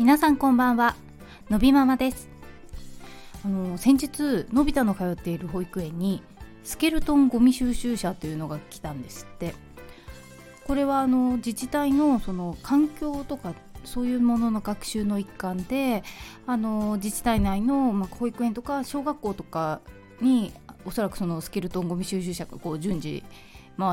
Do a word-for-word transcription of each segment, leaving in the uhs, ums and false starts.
皆さんこんばんは、のびママです。あの先日のび太の通っている保育園にスケルトンゴミ収集車というのが来たんですって。これはあの自治体のその環境とかそういうものの学習の一環で、あの自治体内の、まあ、保育園とか小学校とかにおそらくそのスケルトンゴミ収集車がこう順次回って、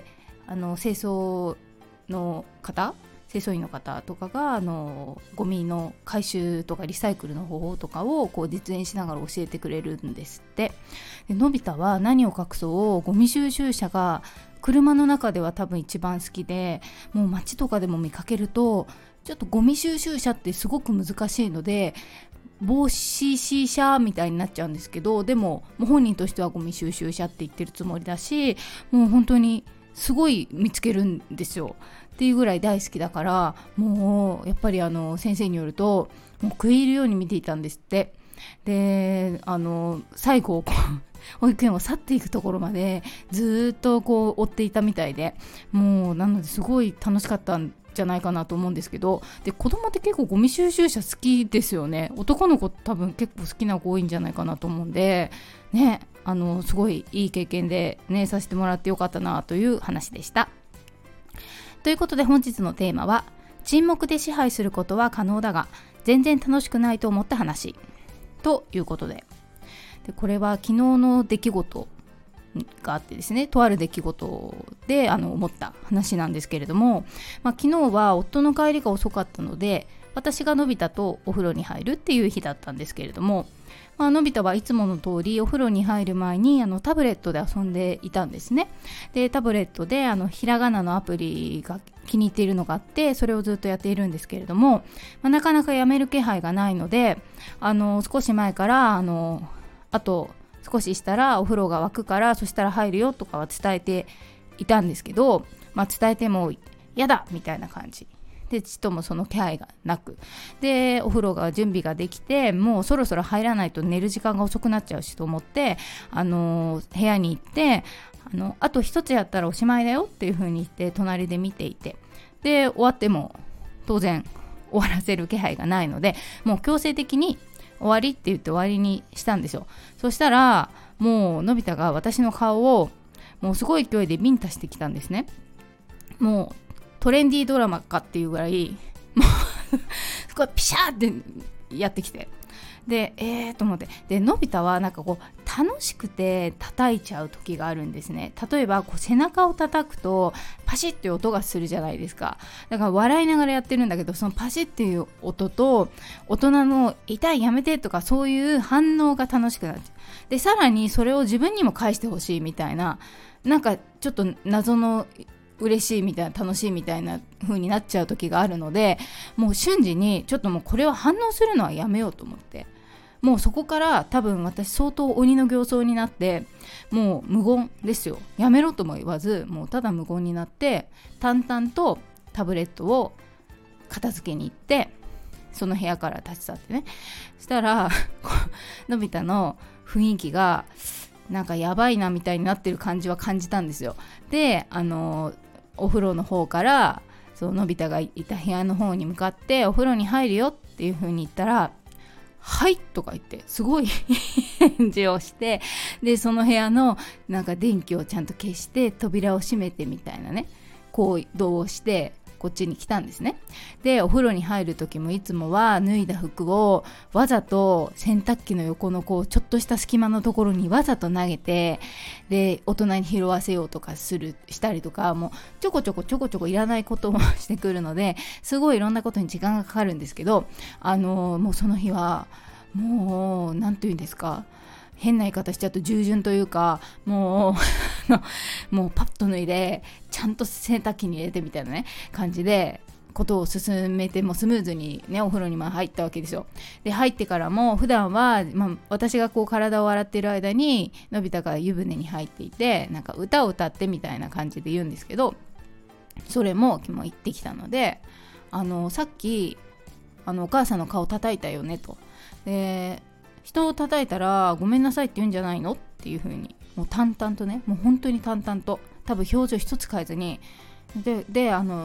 あの清掃の方清掃員の方とかがあのゴミの回収とかリサイクルの方法とかをこう実演しながら教えてくれるんですって。でのび太は何を隠そうゴミ収集車が車の中では多分一番好きで、もう街とかでも見かけるとちょっとゴミ収集車ってすごく難しいので防止シー車みたいになっちゃうんですけど、でももう本人としてはゴミ収集車って言ってるつもりだし、もう本当にすごい見つけるんですよっていうぐらい大好きだから、もうやっぱりあの先生によるともう食い入るように見ていたんですって。であの最後こう保育園を去っていくところまでずっとこう追っていたみたいで、もうなのですごい楽しかったんじゃないかなと思うんですけど、で子供って結構ゴミ収集車好きですよね。男の子多分結構好きな子多いんじゃないかなと思うんでね、あのすごいいい経験でねさせてもらってよかったなという話でした。ということで本日のテーマは、沈黙で支配することは可能だが全然楽しくないと思った話ということで、でこれは昨日の出来事があってですね、とある出来事であの思った話なんですけれども、まあ、昨日は夫の帰りが遅かったので私がのび太とお風呂に入るっていう日だったんですけれども、まあのび太はいつもの通りお風呂に入る前にあのタブレットで遊んでいたんですね。でタブレットであのひらがなのアプリが気に入っているのがあって、それをずっとやっているんですけれども、まあ、なかなかやめる気配がないので、あの少し前からあのあと少ししたらお風呂が沸くからそしたら入るよとかは伝えていたんですけど、まあ、伝えてもやだみたいな感じでちともその気配がなく、でお風呂が準備ができてもうそろそろ入らないと寝る時間が遅くなっちゃうしと思って、あのー、部屋に行ってあのあと一つやったらおしまいだよっていう風に言って隣で見ていて、で終わっても当然終わらせる気配がないのでもう強制的に終わりって言って終わりにしたんですよ。そしたらもうのび太が私の顔をもうすごい勢いでビンタしてきたんですね。もうトレンディードラマかっていうぐらいもうすごいピシャーってやってきて、でえーと思って、でのび太はなんかこう楽しくて叩いちゃう時があるんですね。例えばこう背中を叩くとパシッっていう音がするじゃないですか。だから笑いながらやってるんだけど、そのパシッっていう音と大人の痛いやめてとかそういう反応が楽しくなっちゃう。でさらにそれを自分にも返してほしいみたいな、なんかちょっと謎の嬉しいみたいな楽しいみたいな風になっちゃう時があるので、もう瞬時にちょっともうこれは反応するのはやめようと思って、もうそこから多分私相当鬼の形相になって、もう無言ですよ。やめろとも言わずもうただ無言になって淡々とタブレットを片付けに行ってその部屋から立ち去ってね、そしたらのび太の雰囲気がなんかやばいなみたいになってる感じは感じたんですよ。であのお風呂の方からそののび太がいた部屋の方に向かってお風呂に入るよっていう風に言ったらはいとか言ってすごい返事をして、でその部屋のなんか電気をちゃんと消して扉を閉めてみたいなね行動をしてこっちに来たんですね。でお風呂に入る時もいつもは脱いだ服をわざと洗濯機の横のこうちょっとした隙間のところにわざと投げて、で大人に拾わせようとかするしたりとか、もうちょこちょこちょこちょこいらないこともしてくるので、すごいいろんなことに時間がかかるんですけど、あのー、もうその日はもうなんていうんですか、変な言い方しちゃうと従順というか、もうもうパッと脱いでちゃんと洗濯機に入れてみたいなね感じでことを進めて、もスムーズにねお風呂にまあ入ったわけですよ。で入ってからも普段は、まあ、私がこう体を洗っている間にのび太が湯船に入っていてなんか歌を歌ってみたいな感じで言うんですけど、それももう言ってきたので、あのさっきあのお母さんの顔叩いたよねと、で人を叩いたらごめんなさいって言うんじゃないのっていう風にもう淡々とね、もう本当に淡々と多分表情一つ変えずにで、であの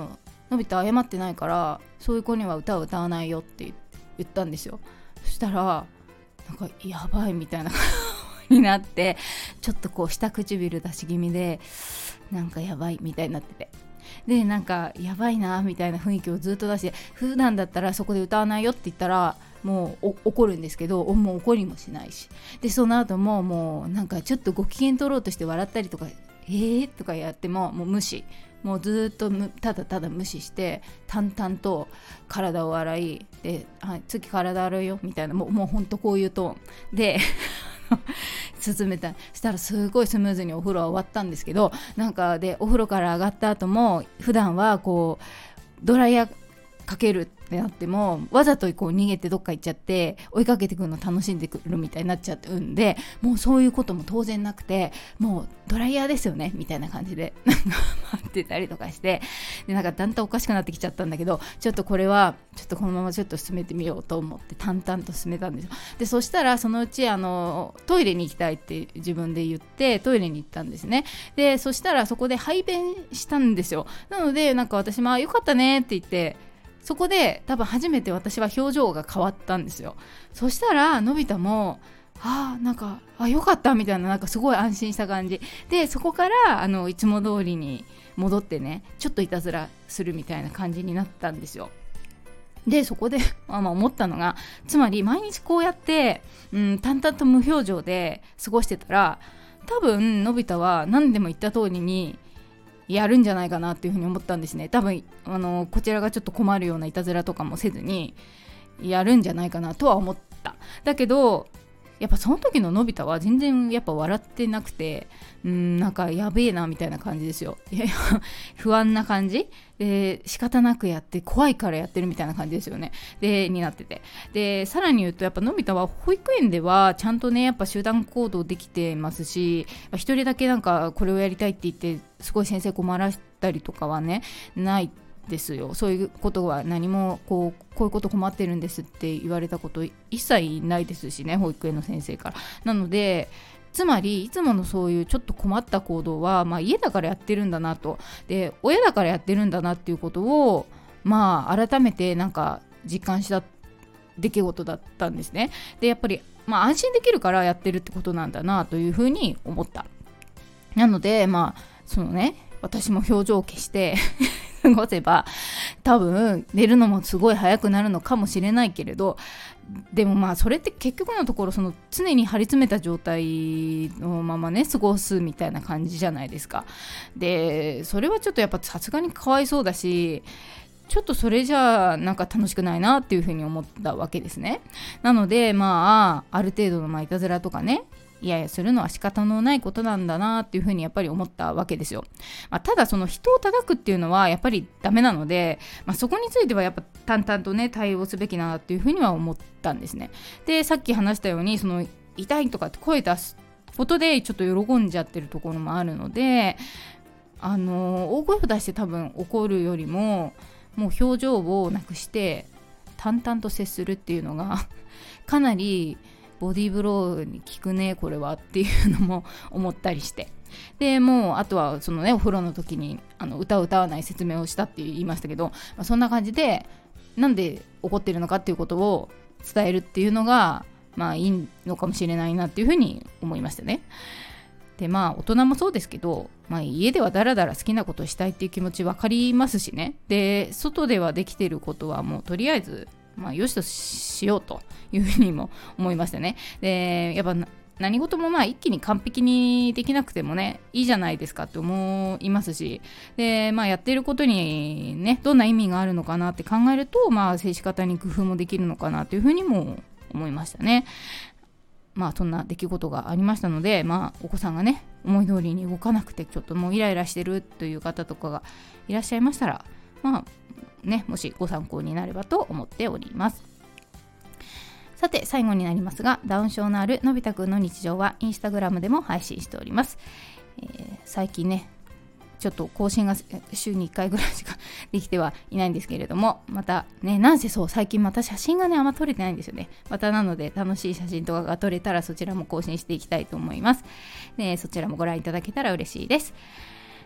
のび太謝ってないからそういう子には歌を歌わないよって言ったんですよ。そしたらなんかやばいみたいな感じになって、ちょっとこう下唇出し気味でなんかやばいみたいになってて、でなんかやばいなみたいな雰囲気をずっと出して、普段だったらそこで歌わないよって言ったらもう怒るんですけど、もう怒りもしないし、でその後ももうなんかちょっとご機嫌取ろうとして笑ったりとかえーとかやってももう無視、もうずっとただただ無視して淡々と体を洗いで、はい、次体洗うよみたいな、もう、もうほんとこういうトーンで進めた。したらすごいスムーズにお風呂は終わったんですけど、なんかでお風呂から上がった後も普段はこうドライヤーかけるってなってもわざとこう逃げてどっか行っちゃって追いかけてくるの楽しんでくるみたいになっちゃうんで、もうそういうことも当然なくて、もうドライヤーですよねみたいな感じでなんか待ってたりとかして、でなんかだんだんおかしくなってきちゃったんだけど、ちょっとこれはちょっとこのままちょっと進めてみようと思って淡々と進めたんですよ。でそしたらそのうちあのトイレに行きたいって自分で言ってトイレに行ったんですね。でそしたらそこで排便したんですよ。なのでなんか私もよかったねって言って、そこで多分初めて私は表情が変わったんですよ。そしたらのび太もあなんかあよかったみたいな、なんかすごい安心した感じで、そこからあのいつも通りに戻ってね、ちょっといたずらするみたいな感じになったんですよ。でそこで、まあ、まあ思ったのが、つまり毎日こうやって、うん、淡々と無表情で過ごしてたら、多分のび太は何でも言った通りにやるんじゃないかなっていうふうに思ったんですね。多分あのこちらがちょっと困るようないたずらとかもせずにやるんじゃないかなとは思った。だけどやっぱその時ののび太は全然やっぱ笑ってなくて、うーんなんかやべえなみたいな感じですよ。いやいや不安な感じで仕方なくやって怖いからやってるみたいな感じですよね。でになってて、でさらに言うとやっぱのび太は保育園ではちゃんとねやっぱ集団行動できてますし、一人だけなんかこれをやりたいって言ってすごい先生困らしたりとかはねないですよ。そういうことは何もこうこういうこと困ってるんですって言われたこと一切ないですしね、保育園の先生から。なのでつまりいつものそういうちょっと困った行動は、まあ、家だからやってるんだなと、で親だからやってるんだなっていうことをまあ改めてなんか実感した出来事だったんですね。でやっぱり、まあ、安心できるからやってるってことなんだなというふうに思った。なのでまあそのね私も表情を消して過ごせば多分寝るのもすごい早くなるのかもしれないけれど、でもまあそれって結局のところその常に張り詰めた状態のままね過ごすみたいな感じじゃないですか。でそれはちょっとやっぱさすがにかわいそうだし、ちょっとそれじゃあなんか楽しくないなっていうふうに思ったわけですね。なのでまあある程度のまあいたずらとかねいやいやするのは仕方のないことなんだなっていうふうにやっぱり思ったわけですよ。まあ、ただその人を叩くっていうのはやっぱりダメなので、まあ、そこについてはやっぱ淡々とね対応すべきなっていうふうには思ったんですね。でさっき話したようにその痛いとかって声出すことでちょっと喜んじゃってるところもあるので、あの大声を出して多分怒るよりももう表情をなくして淡々と接するっていうのがかなりボディーブローに効くねこれはっていうのも思ったりして、でもうあとはそのねお風呂の時にあの歌を歌わない説明をしたって言いましたけど、まあ、そんな感じでなんで怒ってるのかっていうことを伝えるっていうのがまあいいのかもしれないなっていうふうに思いましたね。でまあ大人もそうですけど、まあ、家ではだらだら好きなことをしたいっていう気持ち分かりますしね。で外ではできてることはもうとりあえずまあ、よしとしようというふうにも思いましたね。でやっぱ何事もまあ一気に完璧にできなくてもねいいじゃないですかって思いますし、で、まあ、やっていることにねどんな意味があるのかなって考えると、まあ、接し方に工夫もできるのかなというふうにも思いましたね。まあそんな出来事がありましたので、まあお子さんがね思い通りに動かなくてちょっともうイライラしてるという方とかがいらっしゃいましたら、まあね、もしご参考になればと思っております。さて最後になりますが、ダウン症のあるのび太くんの日常はインスタグラムでも配信しております。えー、最近ねちょっと更新が週にいっかいぐらいしかできてはいないんですけれども、またねなんせそう最近また写真がねあんま撮れてないんですよね。またなので楽しい写真とかが撮れたらそちらも更新していきたいと思います。でそちらもご覧いただけたら嬉しいです。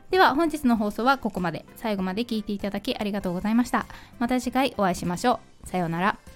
では本日の放送はここまで。最後まで聞いていただきありがとうございました。また次回お会いしましょう。さようなら。